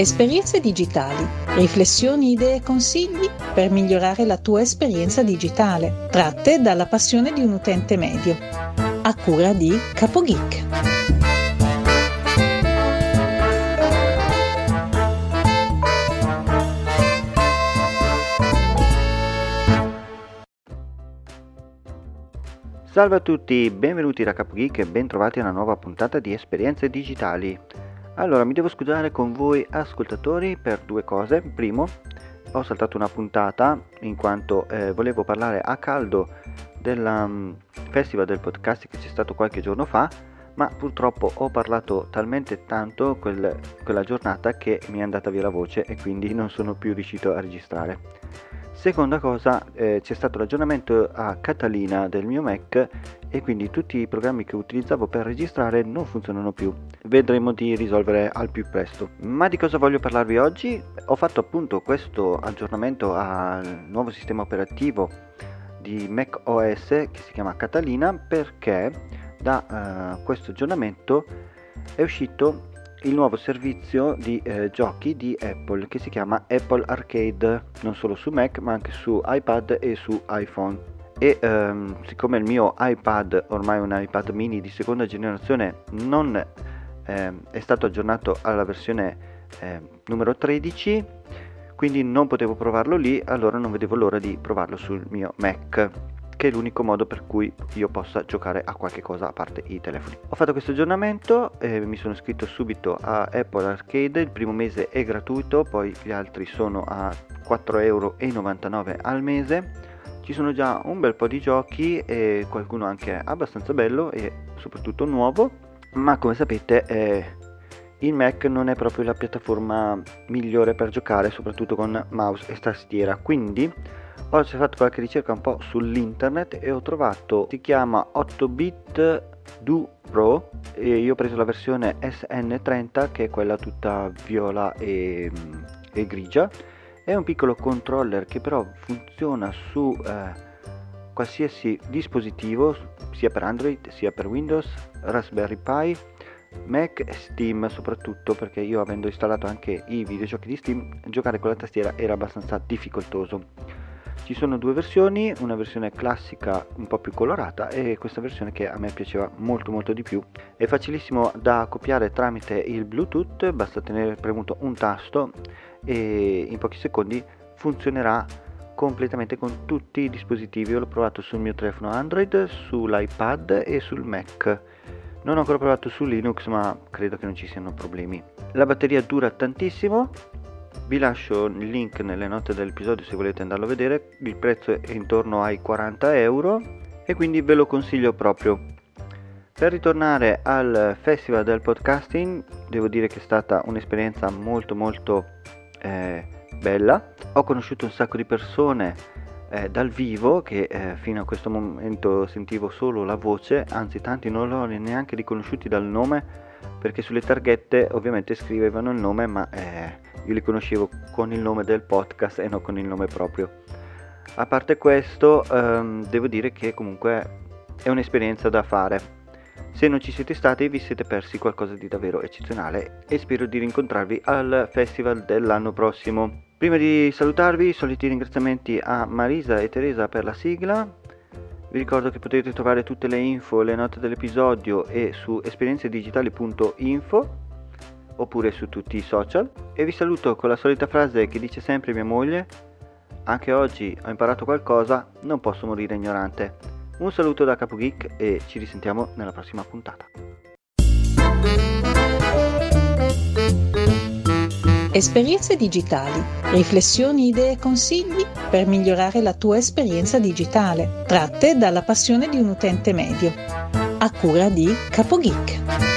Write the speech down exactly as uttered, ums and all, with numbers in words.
Esperienze digitali, riflessioni, idee e consigli per migliorare la tua esperienza digitale, tratte dalla passione di un utente medio. A cura di Capogeek. Salve a tutti, benvenuti da Capogeek e bentrovati a una nuova puntata di Esperienze digitali. Allora, mi devo scusare con voi ascoltatori per due cose. Primo, ho saltato una puntata in quanto eh, volevo parlare a caldo del um, festival del podcast che c'è stato qualche giorno fa, ma purtroppo ho parlato talmente tanto quel, quella giornata che mi è andata via la voce e quindi non sono più riuscito a registrare. Seconda cosa, eh, c'è stato l'aggiornamento a Catalina del mio Mac e quindi tutti i programmi che utilizzavo per registrare non funzionano più. Vedremo di risolvere al più presto. Ma di cosa voglio parlarvi oggi? Ho fatto appunto questo aggiornamento al nuovo sistema operativo di macOS che si chiama Catalina perché da uh, questo aggiornamento è uscito il nuovo servizio di eh, giochi di Apple che si chiama Apple Arcade, non solo su Mac ma anche su iPad e su iPhone. E ehm, siccome il mio iPad, ormai un iPad mini di seconda generazione, non eh, è stato aggiornato alla versione eh, numero tredici, quindi non potevo provarlo lì, allora non vedevo l'ora di provarlo sul mio Mac, che è l'unico modo per cui io possa giocare a qualche cosa a parte i telefoni. Ho fatto questo aggiornamento, eh, mi sono iscritto subito a Apple Arcade, il primo mese è gratuito, poi gli altri sono a quattro virgola novantanove euro al mese. Ci sono già un bel po' di giochi e qualcuno anche abbastanza bello e soprattutto nuovo, ma come sapete eh, il Mac non è proprio la piattaforma migliore per giocare, soprattutto con mouse e tastiera, quindi ho fatto qualche ricerca un po' sull'internet e ho trovato, si chiama otto bit Do Pro e io ho preso la versione S N trenta che è quella tutta viola e, e grigia. È un piccolo controller che però funziona su eh, qualsiasi dispositivo, sia per Android sia per Windows, Raspberry Pi, Mac e Steam soprattutto, perché io avendo installato anche i videogiochi di Steam, giocare con la tastiera era abbastanza difficoltoso. Ci sono due versioni, una versione classica un po' più colorata e questa versione che a me piaceva molto molto di più. È facilissimo da copiare tramite il Bluetooth, basta tenere premuto un tasto e in pochi secondi funzionerà completamente con tutti i dispositivi. Io l'ho provato sul mio telefono Android, sull'iPad e sul Mac. Non ho ancora provato su Linux, ma credo che non ci siano problemi. La batteria dura tantissimo. Vi lascio il link nelle note dell'episodio se volete andarlo a vedere. Il prezzo è intorno ai quaranta euro e quindi ve lo consiglio proprio. Per ritornare al festival del podcasting, devo dire che è stata un'esperienza molto molto eh, bella. Ho conosciuto un sacco di persone eh, dal vivo che eh, fino a questo momento sentivo solo la voce, anzi tanti non l'ho neanche riconosciuti dal nome, perché sulle targhette ovviamente scrivevano il nome ma eh, io li conoscevo con il nome del podcast e non con il nome proprio. A parte questo ehm, devo dire che comunque è un'esperienza da fare. Se non ci siete stati vi siete persi qualcosa di davvero eccezionale e spero di rincontrarvi al festival dell'anno prossimo. Prima di salutarvi, soliti ringraziamenti a Marisa e Teresa per la sigla. Vi ricordo che potete trovare tutte le info, le note dell'episodio e su esperienzedigitali punto info oppure su tutti i social, e vi saluto con la solita frase che dice sempre mia moglie: anche oggi ho imparato qualcosa, non posso morire ignorante. Un saluto da Capogeek e ci risentiamo nella prossima puntata. Esperienze digitali, riflessioni, idee e consigli per migliorare la tua esperienza digitale, tratte dalla passione di un utente medio. A cura di Capogeek.